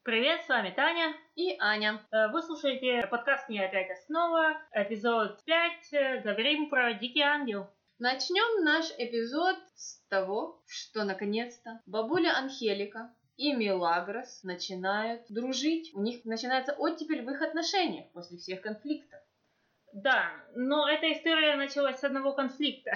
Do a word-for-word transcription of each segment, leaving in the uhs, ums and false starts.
Привет, с вами Таня и Аня. Вы слушаете подкаст «Не опять основа», эпизод пять, говорим про «Дикий ангел». Начнем наш эпизод с того, что наконец-то бабуля Анхелика и Мелагрос начинают дружить. У них начинается оттепель в их отношениях после всех конфликтов. Да, но эта история началась с одного конфликта.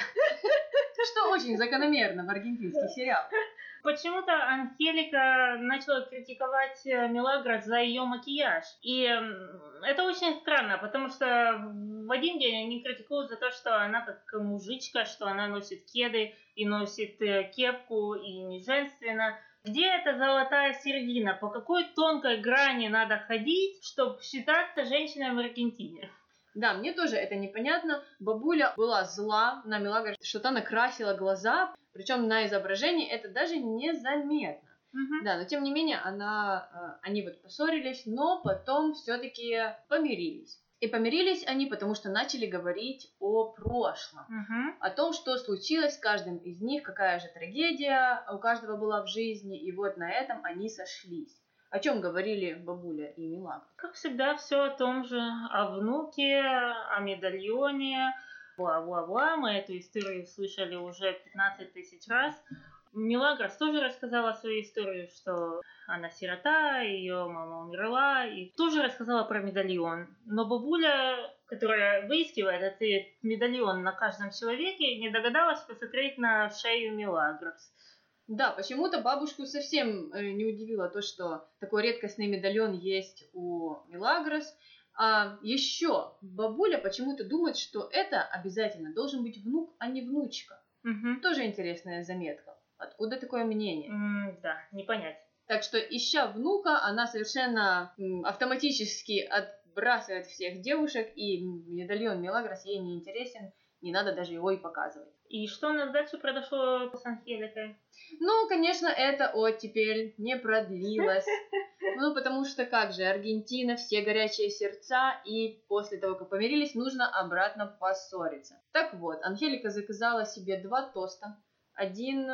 Что очень закономерно в аргентинских сериалах. Почему-то Анхелика начала критиковать Мелагрос за ее макияж. И это очень странно, потому что в один день они критикуют за то, что она как мужичка, что она носит кеды и носит кепку и не женственно. Где эта золотая середина? По какой тонкой грани надо ходить, чтобы считаться женщиной в Аргентине? Да, мне тоже это непонятно. Бабуля была зла на Мелагрос, что-то накрасила глаза, причем на изображении это даже незаметно. Uh-huh. Да, но тем не менее она, они вот поссорились, но потом все-таки помирились. И помирились они, потому что начали говорить о прошлом, uh-huh. о том, что случилось с каждым из них, какая же трагедия у каждого была в жизни, и вот на этом они сошлись. О чем говорили бабуля и Мелагрос? Как всегда, все о том же, о внуке, о медальоне, бла-бла-бла. Мы эту историю слышали уже пятнадцать тысяч раз. Мелагрос тоже рассказала свою историю, что она сирота, ее мама умерла, и тоже рассказала про медальон. Но бабуля, которая выискивает этот медальон на каждом человеке, не догадалась посмотреть на шею Мелагрос. Да, почему-то бабушку совсем не удивило то, что такой редкостный медальон есть у Мелагрос. А еще бабуля почему-то думает, что это обязательно должен быть внук, а не внучка. Угу. Тоже интересная заметка. Откуда такое мнение? М, да, не понять. Так что, ища внука, она совершенно автоматически отбрасывает всех девушек, и медальон Мелагрос ей не интересен, не надо даже его и показывать. И что у нас дальше произошло с Анхеликой? Ну, конечно, это оттепель не продлилась. Ну, потому что как же, Аргентина, все горячие сердца, и после того, как помирились, нужно обратно поссориться. Так вот, Анхелика заказала себе два тоста. Один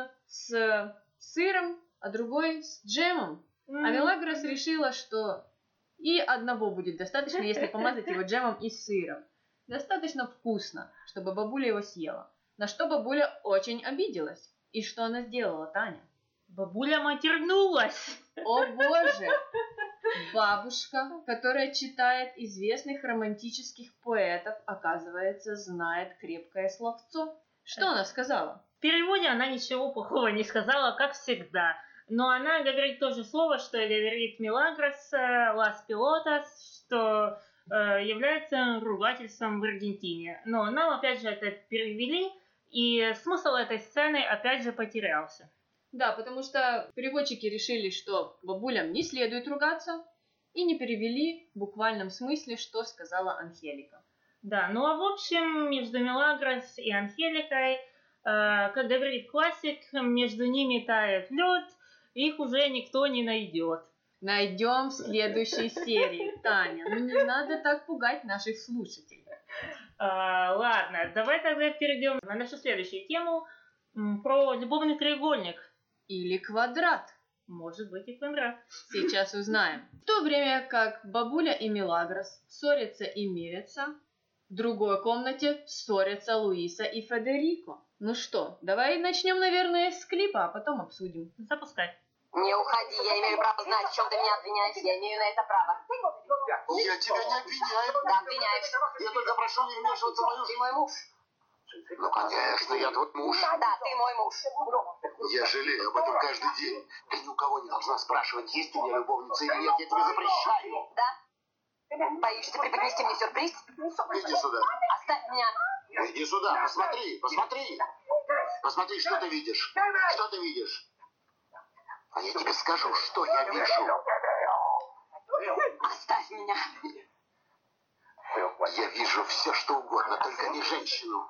с сыром, а другой с джемом. Mm-hmm. А Мелагрос решила, что и одного будет достаточно, если помазать его джемом и сыром. Достаточно вкусно, чтобы бабуля его съела. На что бабуля очень обиделась. И что она сделала, Таня? Бабуля матернулась. О боже! Бабушка, которая читает известных романтических поэтов, оказывается, знает крепкое словцо. Что она сказала? В переводе она ничего плохого не сказала, как всегда. Но она говорит то же слово, что говорит Мелагрос, «Лас пилотас», что э, является ругательством в Аргентине. Но нам опять же это перевели, и смысл этой сцены опять же потерялся. Да, потому что переводчики решили, что бабулям не следует ругаться, и не перевели в буквальном смысле, что сказала Анхелика. Да, ну а в общем, между Мелагрос и Анхеликой, э, как говорит классик, между ними тает лед, их уже никто не найдет. Найдем в следующей серии, Таня. Ну не надо так пугать наших слушателей. А, ладно, давай тогда перейдем на нашу следующую тему про любовный треугольник. Или квадрат. Может быть и квадрат. Сейчас узнаем. В то время как бабуля и Мелагрос ссорятся и мирятся, в другой комнате ссорятся Луиса и Федерико. Ну что, давай начнем, наверное, с клипа, а потом обсудим. Запускай. Не уходи, я имею право знать, в чем ты меня обвиняешь. Я имею на это право. Я тебя не обвиняю. Да, обвиняешь. Я только прошу не вмешиваться в мою жизнь. Ты мой муж. Ну, конечно, я твой муж. Да, ты мой муж. Я жалею об этом каждый день. Ты ни у кого не должна спрашивать, есть у меня любовница или нет. Я тебе запрещаю. Да? Боишься преподнести мне сюрприз? Иди сюда. Оставь меня. Иди сюда, посмотри, посмотри. Посмотри, что ты видишь. Что ты видишь? А я тебе скажу, что я вижу. Оставь меня. Я вижу все, что угодно, только не женщину.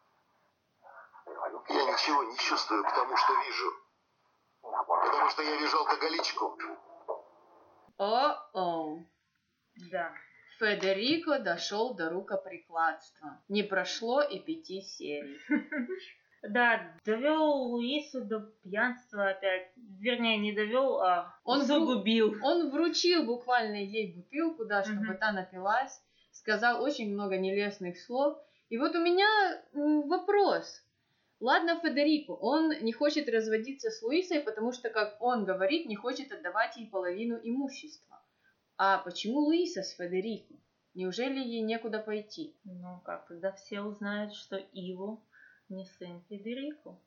Я ничего не чувствую к тому, что вижу. Потому что я вижу алкоголичку. О-о. Да. Федерико дошел до рукоприкладства. Не прошло и пяти серий. Да, довел Луису до пьянства опять. Вернее, не довел, а Он загубил. Он вручил буквально ей бутылку, да, чтобы Мгм. та напилась, сказал очень много нелестных слов. И вот у меня м, вопрос. Ладно, Федерико, он не хочет разводиться с Луисой, потому что, как он говорит, не хочет отдавать ей половину имущества. А почему Луиса с Федерико? Неужели ей некуда пойти? Ну как, тогда все узнают, что Иво не сын Федерико.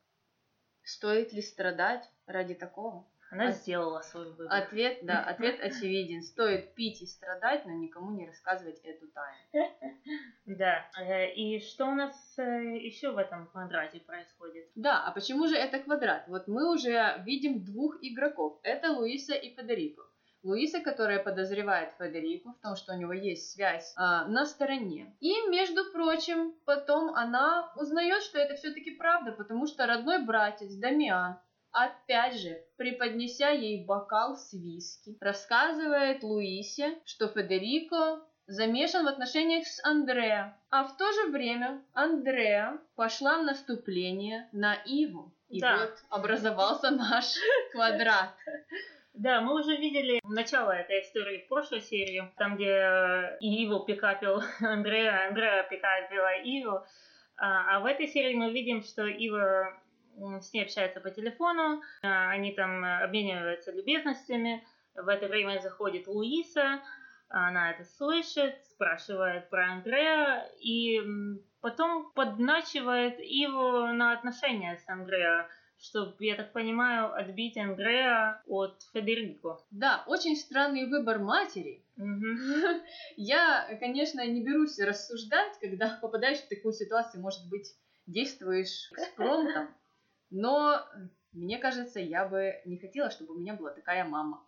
Стоит ли страдать ради такого? Она А- сделала свой выбор. Ответ, да, ответ очевиден. Стоит пить и страдать, но никому не рассказывать эту тайну. Да. Э, И что у нас э, еще в этом квадрате происходит? Да, а почему же это квадрат? Вот мы уже видим двух игроков. Это Луиса и Федерико. Луиса, которая подозревает Федерико в том, что у него есть связь а, на стороне. И, между прочим, потом она узнает, что это все-таки правда, потому что родной братец Дамиан, опять же, преподнеся ей бокал с виски, рассказывает Луисе, что Федерико замешан в отношениях с Андреа. А в то же время Андреа пошла в наступление на Иву. И Да. вот образовался наш квадрат. Да, мы уже видели начало этой истории в прошлой серии, там, где э, Иво пикапил Андреа, Андреа пикапила Иву. А, а в этой серии мы видим, что Ива м, с ней общается по телефону, а, они там э, обмениваются любезностями. В это время заходит Луиса, она это слышит, спрашивает про Андреа и м, потом подначивает Иву на отношения с Андреа, чтобы, я так понимаю, отбить Андреа от Федерико. Да, очень странный выбор матери. Мгм. Я, конечно, не берусь рассуждать, когда попадаешь в такую ситуацию, может быть, действуешь экспромтом, но мне кажется, я бы не хотела, чтобы у меня была такая мама.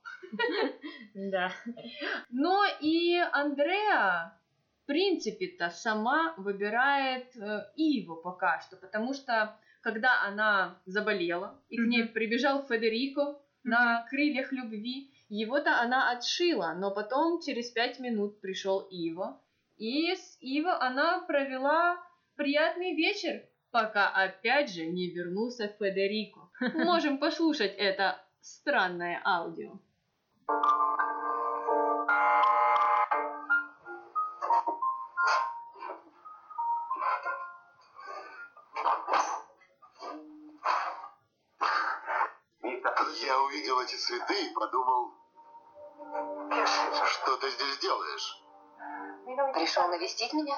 Да. Но и Андреа, в принципе-то, сама выбирает э, Иву пока что, потому что когда она заболела, и к ней Мгм. прибежал Федерико на крыльях любви, его-то она отшила, но потом через пять минут пришел Иво, и с Иво она провела приятный вечер, пока опять же не вернулся Федерико. Можем послушать это странное аудио. Я увидел эти цветы и подумал, что ты здесь делаешь? Пришел навестить меня?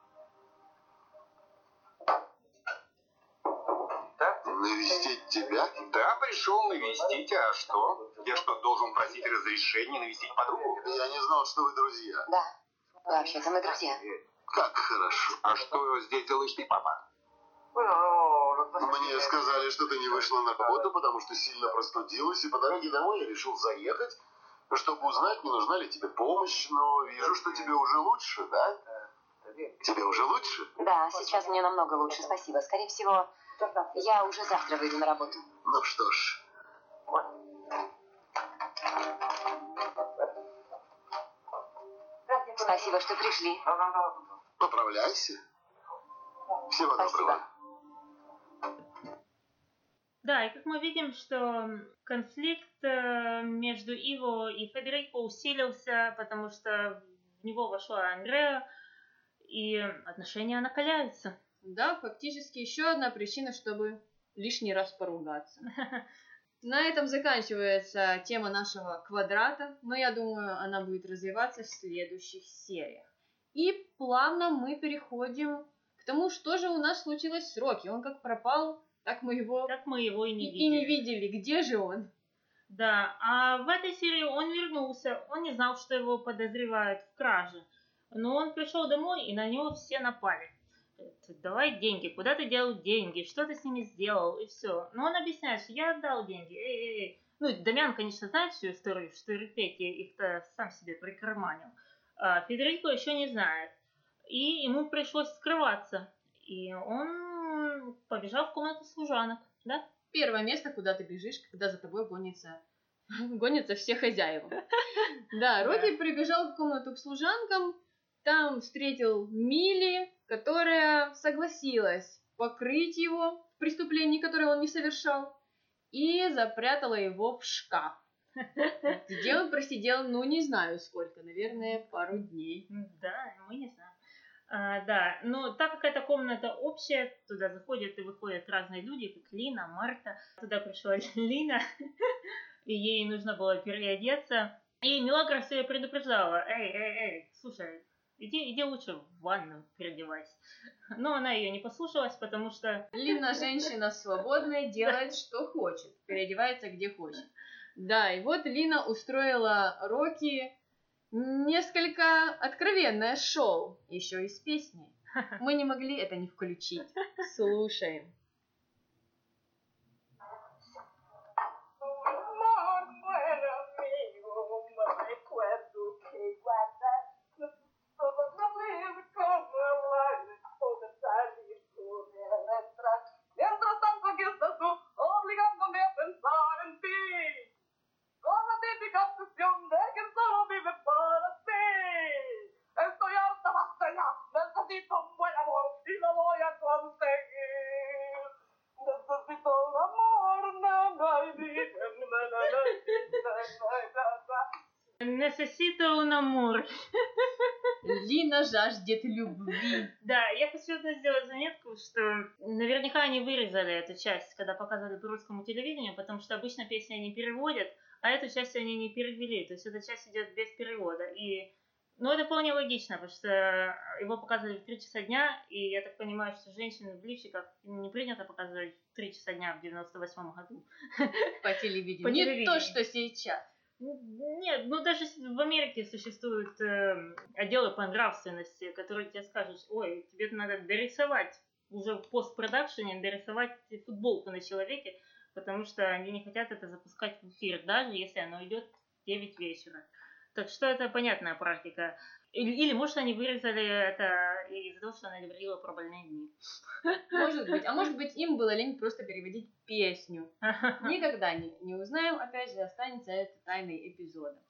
Навестить тебя? Да, пришел навестить, а что? Я что, должен просить разрешения навестить подругу? Я не знал, что вы друзья. Да. Вообще-то мы друзья. Как хорошо. А что здесь делаешь ты, папа? Мне сказали, что ты не вышла на работу, потому что сильно простудилась, и по дороге домой я решил заехать, чтобы узнать, не нужна ли тебе помощь, но вижу, что тебе уже лучше, да? Тебе уже лучше? Да, сейчас мне намного лучше, спасибо. Скорее всего, я уже завтра выйду на работу. Ну что ж. Спасибо, что пришли. Поправляйся. Всего Спасибо. доброго. Да, и как мы видим, что конфликт э, между Иво и Федерико усилился, потому что в него вошла Андреа, и отношения накаляются. Да, фактически еще одна причина, чтобы лишний раз поругаться. На этом заканчивается тема нашего квадрата, но я думаю, она будет развиваться в следующих сериях. И плавно мы переходим к тому, что же у нас случилось с Рокки. Он как пропал, так мы его Так мы его и и, не и видели. не видели. Где же он? Да, а в этой серии он вернулся, он не знал, что его подозревают в краже. Но он пришел домой, и на него все напали. Давай деньги, куда ты делал деньги, что ты с ними сделал, и все. Но он объясняет, что я отдал деньги. Эй, эй, эй. Ну, Дамиан, конечно, знает всю историю, что Репетти их-то сам себе прикарманил. А Федерико еще не знает. И ему пришлось скрываться. И он побежал в комнату служанок, да? Первое место, куда ты бежишь, когда за тобой гонится, гонятся все хозяева. Да, Рокки прибежал в комнату к служанкам, там встретил Милли, которая согласилась покрыть его преступлений, которые он не совершал, и запрятала его в шкаф, где он просидел, ну, не знаю сколько, наверное, пару дней. Да, мы не знаем. А, да, но так как эта комната общая, туда заходят и выходят разные люди, как Лина, Марта. Туда пришла Лина, и ей нужно было переодеться. И Мелагрос ее предупреждала: эй, эй, эй, слушай, иди, иди лучше в ванну переодевайся. Но она ее не послушалась, потому что... Лина женщина свободная, делает, что хочет, переодевается где хочет. Да, и вот Лина устроила Рокки несколько откровенное шоу, еще и с песней. Мы не могли это не включить. Слушаем. Necesito un amor. Лина жаждет любви. Да, я хочу сделать заметку, что наверняка они вырезали эту часть, когда показывали по русскому телевидению, потому что обычно песни они переводят, а эту часть они не перевели. То есть эта часть идет без перевода. И, ну, это вполне логично, потому что его показывали в три часа дня, и я так понимаю, что женщины в лифчиках не принято показывать в три часа дня в девяносто восьмом году. По телевидению. По Не телевидению. то, что сейчас. Нет, ну даже в Америке существуют э, отделы по нравственности, которые тебе скажут: ой, тебе надо дорисовать уже в постпродакшене, дорисовать футболку на человеке, потому что они не хотят это запускать в эфир, даже если оно идет в девять вечера. Так что это понятная практика. Или, или может, они вырезали это из-за того, что она говорила про больные дни. Может быть. А может быть, им было лень просто переводить песню. Никогда не, не узнаем. Опять же, останется это тайной эпизода.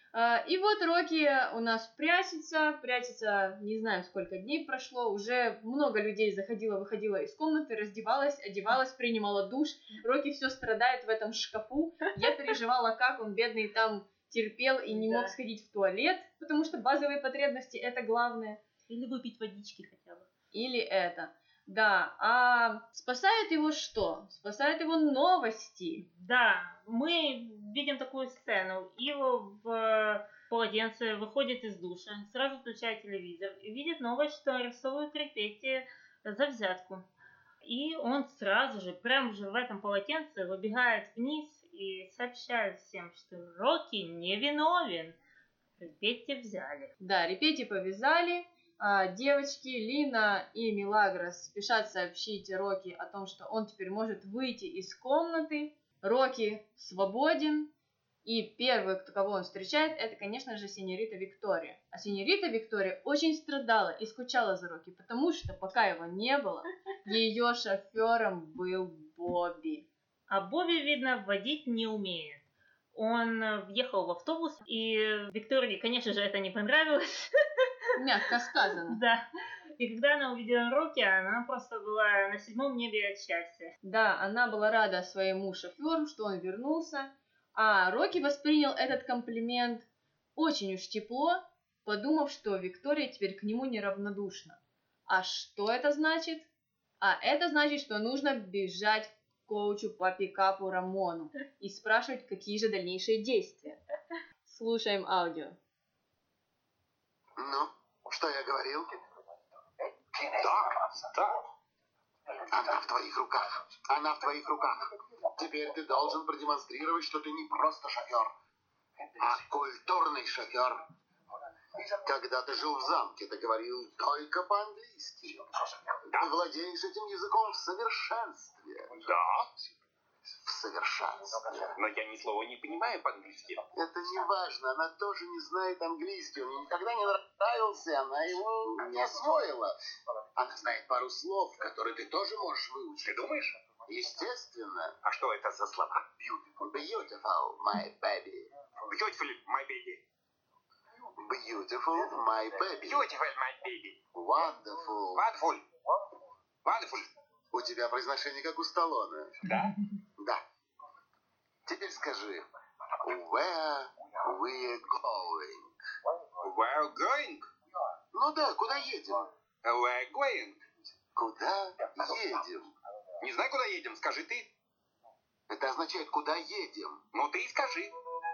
И вот Рокки у нас прячется. Прячется, не знаю, сколько дней прошло. Уже много людей заходило-выходило из комнаты, раздевалась, одевалась, принимала душ. Рокки все страдает в этом шкафу. Я переживала, как он, бедный, там... терпел и не Да. мог сходить в туалет, потому что базовые потребности это главное. Или выпить водички хотя бы. Или это. Да, а спасает его что? Спасает его новости. Да, мы видим такую сцену. Ива в полотенце выходит из душа, сразу включает телевизор и видит новость, что арестовывают Репетти за взятку. И он сразу же, прямо же в этом полотенце, выбегает вниз и сообщает всем, что Рокки невиновен. Репетти взяли. Да, Репетти повязали. А девочки Лина и Мелагрос спешат сообщить Рокки о том, что он теперь может выйти из комнаты. Рокки свободен. И первый, кто, кого он встречает, это, конечно же, сеньорита Виктория. А сеньорита Виктория очень страдала и скучала за Рокки, потому что, пока его не было, ее шофером был Бобби. А Бобби, видно, водить не умеет. Он въехал в автобус, и Виктории, конечно же, это не понравилось. Мягко сказано. Да. И когда она увидела Рокки, она просто была на седьмом небе от счастья. Да, она была рада своему шоферу, что он вернулся. А Рокки воспринял этот комплимент очень уж тепло, подумав, что Виктория теперь к нему неравнодушна. А что это значит? А это значит, что нужно бежать к коучу по пикапу Рамону и спрашивать, какие же дальнейшие действия. Слушаем аудио. Ну, что я говорил? Так, так. Она в твоих руках. Она в твоих руках. Теперь ты должен продемонстрировать, что ты не просто шофер, а культурный шофер. Когда ты жил в замке, ты говорил только по-английски. Ты владеешь этим языком в совершенстве. Да, В совершенстве. но я ни слова не понимаю по-английски. Это не важно, она тоже не знает английский. Он ей никогда не нравился, она его не освоила. Она знает пару слов, которые ты тоже можешь Ты выучить. думаешь? Естественно. А что это за слова? Beautiful, my baby. Beautiful, my baby. Beautiful, my baby. Beautiful, my baby. Wonderful. Wonderful. Wonderful. У тебя произношение как у Сталлоне. Да? Да. Теперь скажи, where we're going? We're going. Ну да, куда едем? We're going. Куда едем? Не знаю, куда едем, скажи ты. Это означает, куда едем. Ну ты и скажи.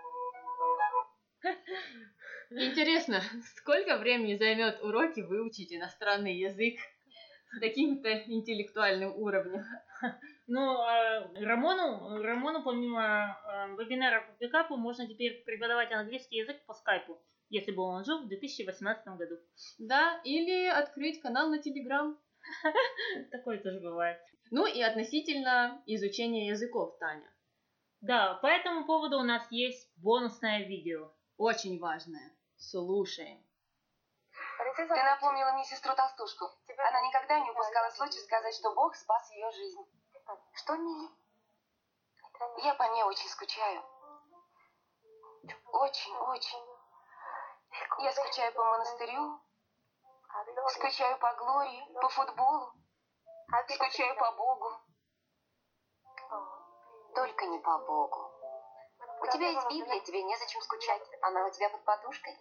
Интересно, сколько времени займет уроки выучить иностранный язык с таким-то интеллектуальным уровнем? Ну, а Рамону, Рамону помимо э, вебинаров по пикапу можно теперь преподавать английский язык по скайпу, если бы он жил в две тысячи восемнадцатом году. Да, или открыть канал на Телеграм. Такое тоже бывает. Ну и относительно изучения языков, Таня. Да, по этому поводу у нас есть бонусное видео. Очень важное. Слушаем. Ты напомнила мне сестру-толстушку. Она никогда не упускала случая сказать, что Бог спас ее жизнь. Что, Милли? Я по ней очень скучаю. Очень, очень. Я скучаю по монастырю, скучаю по Глории, по футболу, скучаю по Богу. Только не по Богу. У тебя есть Библия, тебе незачем скучать. Она у тебя под подушкой.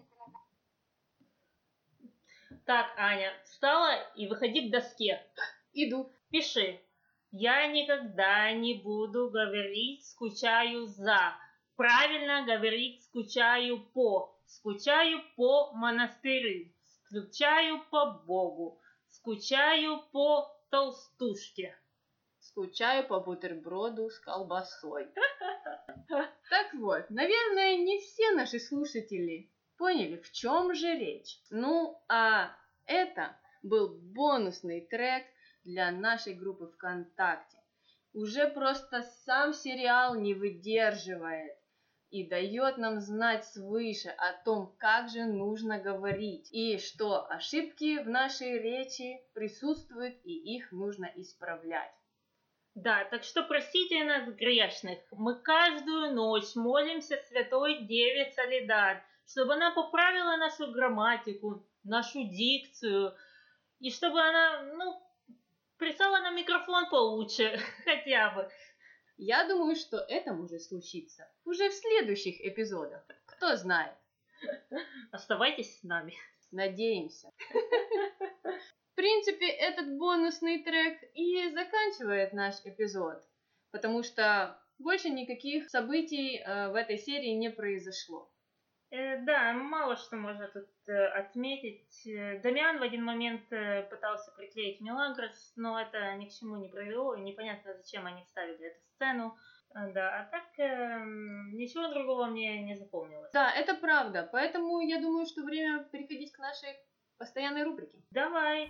Так, Аня, встала и выходи к доске. Иду. Пиши. Я никогда не буду говорить «скучаю за». Правильно говорить «скучаю по». Скучаю по монастырю. Скучаю по Богу. Скучаю по толстушке. Скучаю по бутерброду с колбасой. Так вот, наверное, не все наши слушатели поняли, в чем же речь. Ну, а это был бонусный трек для нашей группы ВКонтакте. Уже просто сам сериал не выдерживает и дает нам знать свыше о том, как же нужно говорить, и что ошибки в нашей речи присутствуют, и их нужно исправлять. Да, так что простите нас, грешных. Мы каждую ночь молимся Святой Деве Солидар, чтобы она поправила нашу грамматику, нашу дикцию, и чтобы она, ну, прислала нам микрофон получше, хотя бы. Я думаю, что это может случиться уже в следующих эпизодах. Кто знает. Оставайтесь с нами. Надеемся. В принципе, этот бонусный трек и заканчивает наш эпизод, потому что больше никаких событий э, в этой серии не произошло. Э, да, мало что можно тут э, отметить. Э, Дамиан в один момент э, пытался приклеить Мелагрос, но это ни к чему не привело, и непонятно, зачем они вставили эту сцену. Э, да, а так э, ничего другого мне не запомнилось. Да, это правда, поэтому я думаю, что время переходить к нашей постоянной рубрике. Давай!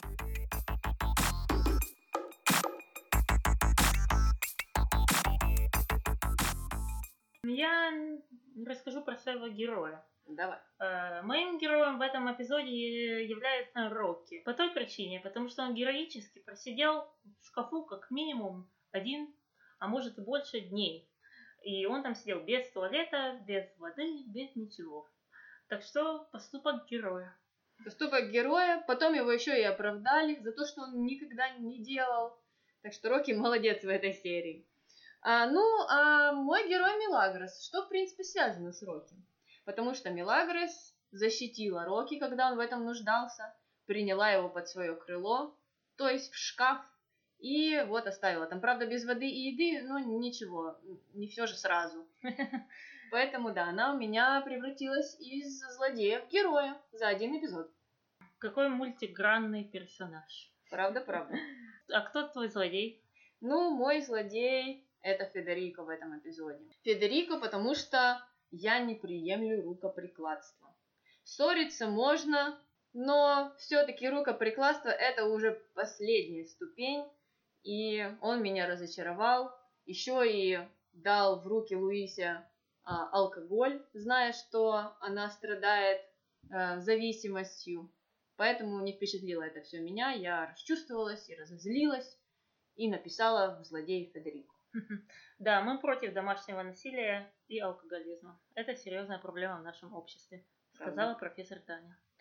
Я расскажу про своего героя. Давай. Э, Моим героем в этом эпизоде является Рокки. По той причине, потому что он героически просидел в шкафу как минимум один, а может и больше дней. И он там сидел без туалета, без воды, без ничего. Так что поступок героя. Поступок героя, потом его еще и оправдали за то, что он никогда не делал. Так что Рокки молодец в этой серии. А, ну, а мой герой Мелагрос, что в принципе связано с Рокки. Потому что Мелагрос защитила Рокки, когда он в этом нуждался, приняла его под свое крыло, то есть в шкаф, и вот оставила. Там, правда, без воды и еды, но ничего, не все же сразу. Поэтому, да, она у меня превратилась из злодея в героя за один эпизод. Какой мультигранный персонаж. Правда, правда. А кто твой злодей? Ну, мой злодей — это Федерико в этом эпизоде. Федерико, потому что я не приемлю рукоприкладство. Ссориться можно, но все-таки рукоприкладство — это уже последняя ступень, и он меня разочаровал. Еще и дал в руки Луисе а, алкоголь, зная, что она страдает а, зависимостью. Поэтому не впечатлило это все меня. Я расчувствовалась и разозлилась, и написала в злодеи Федерико. Да, мы против домашнего насилия и алкоголизма. Это серьезная проблема в нашем обществе, сказала профессор Таня.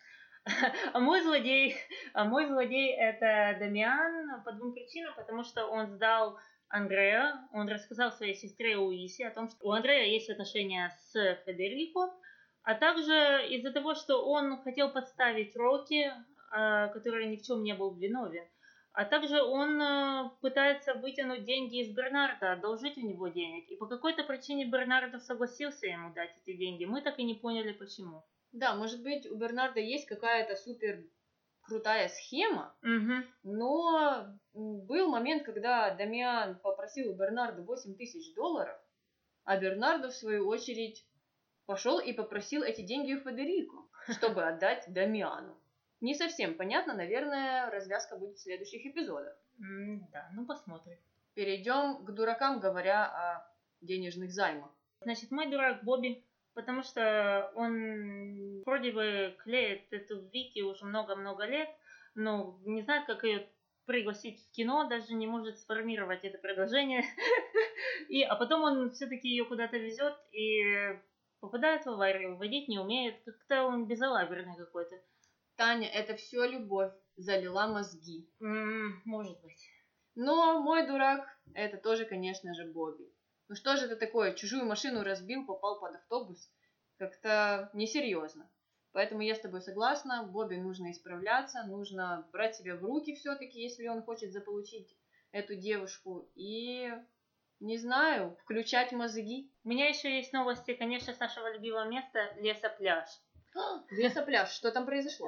А мой злодей, а мой злодей это Дамиан по двум причинам, потому что он сдал Андреа, он рассказал своей сестре Луисе о том, что у Андреа есть отношения с Федерико, а также из-за того, что он хотел подставить Рокки, который ни в чем не был виновен. А также он пытается вытянуть деньги из Бернарда, одолжить у него денег. И по какой-то причине Бернардо согласился ему дать эти деньги. Мы так и не поняли, почему. Да, может быть, у Бернарда есть какая-то супер крутая схема, Угу. но был момент, когда Дамиан попросил у Бернарда восемь тысяч долларов, а Бернардо, в свою очередь, пошел и попросил эти деньги у Федерико, чтобы отдать Дамиану. Не совсем понятно, наверное, развязка будет в следующих эпизодах. Mm, да, ну посмотрим. Перейдем к дуракам, говоря о денежных займах. Значит, мой дурак Бобби, потому что он вроде бы клеит эту Вики уже много-много лет, но не знает, как ее пригласить в кино, даже не может сформировать это предложение. И, а потом он все-таки ее куда-то везет и попадает в аварию, водить не умеет, как-то он безалаберный какой-то. Таня, это все любовь залила мозги. Mm, может быть. Но мой дурак, это тоже, конечно же, Бобби. Ну что же это такое? Чужую машину разбил, попал под автобус. Как-то несерьезно. Поэтому я с тобой согласна. Бобби нужно исправляться, нужно брать себя в руки все-таки, если он хочет заполучить эту девушку. И, не знаю, включать мозги. У меня еще есть новости, конечно, с нашего любимого места Лесопляж. Лесопляж, что там произошло?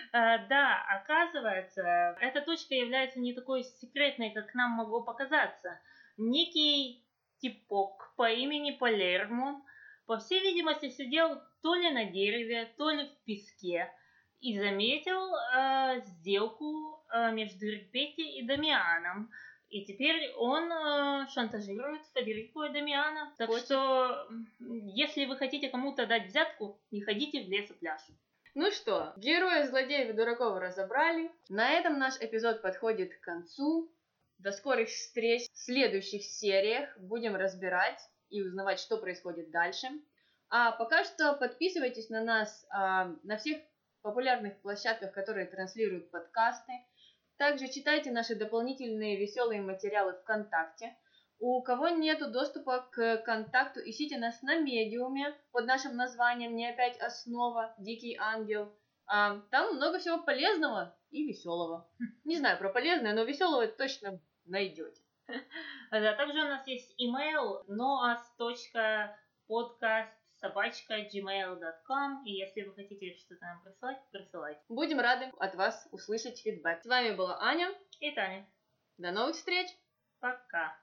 Да, оказывается, эта точка является не такой секретной, как нам могло показаться. Некий типок по имени Палермо, по всей видимости, сидел то ли на дереве, то ли в песке и заметил э, сделку э, между Риппетти и Дамианом. И теперь он э, шантажирует Федерико и Дамиана. Так Хочет. что, если вы хотите кому-то дать взятку, не ходите в Лесопляж. Ну что, героев, злодеев и дураков разобрали. На этом наш эпизод подходит к концу. До скорых встреч в следующих сериях. Будем разбирать и узнавать, что происходит дальше. А пока что подписывайтесь на нас а, на всех популярных площадках, которые транслируют подкасты. Также читайте наши дополнительные веселые материалы ВКонтакте. У кого нету доступа к контакту, ищите нас на Медиуме под нашим названием «Не опять основа. Дикий ангел». А, там много всего полезного и веселого. Не знаю про полезное, но веселого точно найдете. Да, также у нас есть email noas точка podcast собачка gmail точка com, и если вы хотите что-то нам присылать, присылайте. Будем рады от вас услышать фидбэк. С вами была Аня и Таня. До новых встреч! Пока.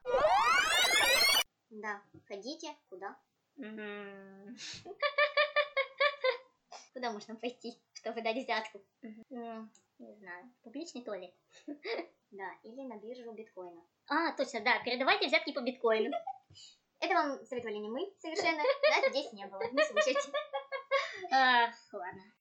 Да, ходите куда? Куда можно пойти, чтобы дать взятку? Ну, не знаю, публичный туалет. Да, или на биржу биткоина. А, точно, да, передавайте взятки по биткоину. Это вам советовали не мы совершенно, нас здесь не было, не слушайте. А, ладно.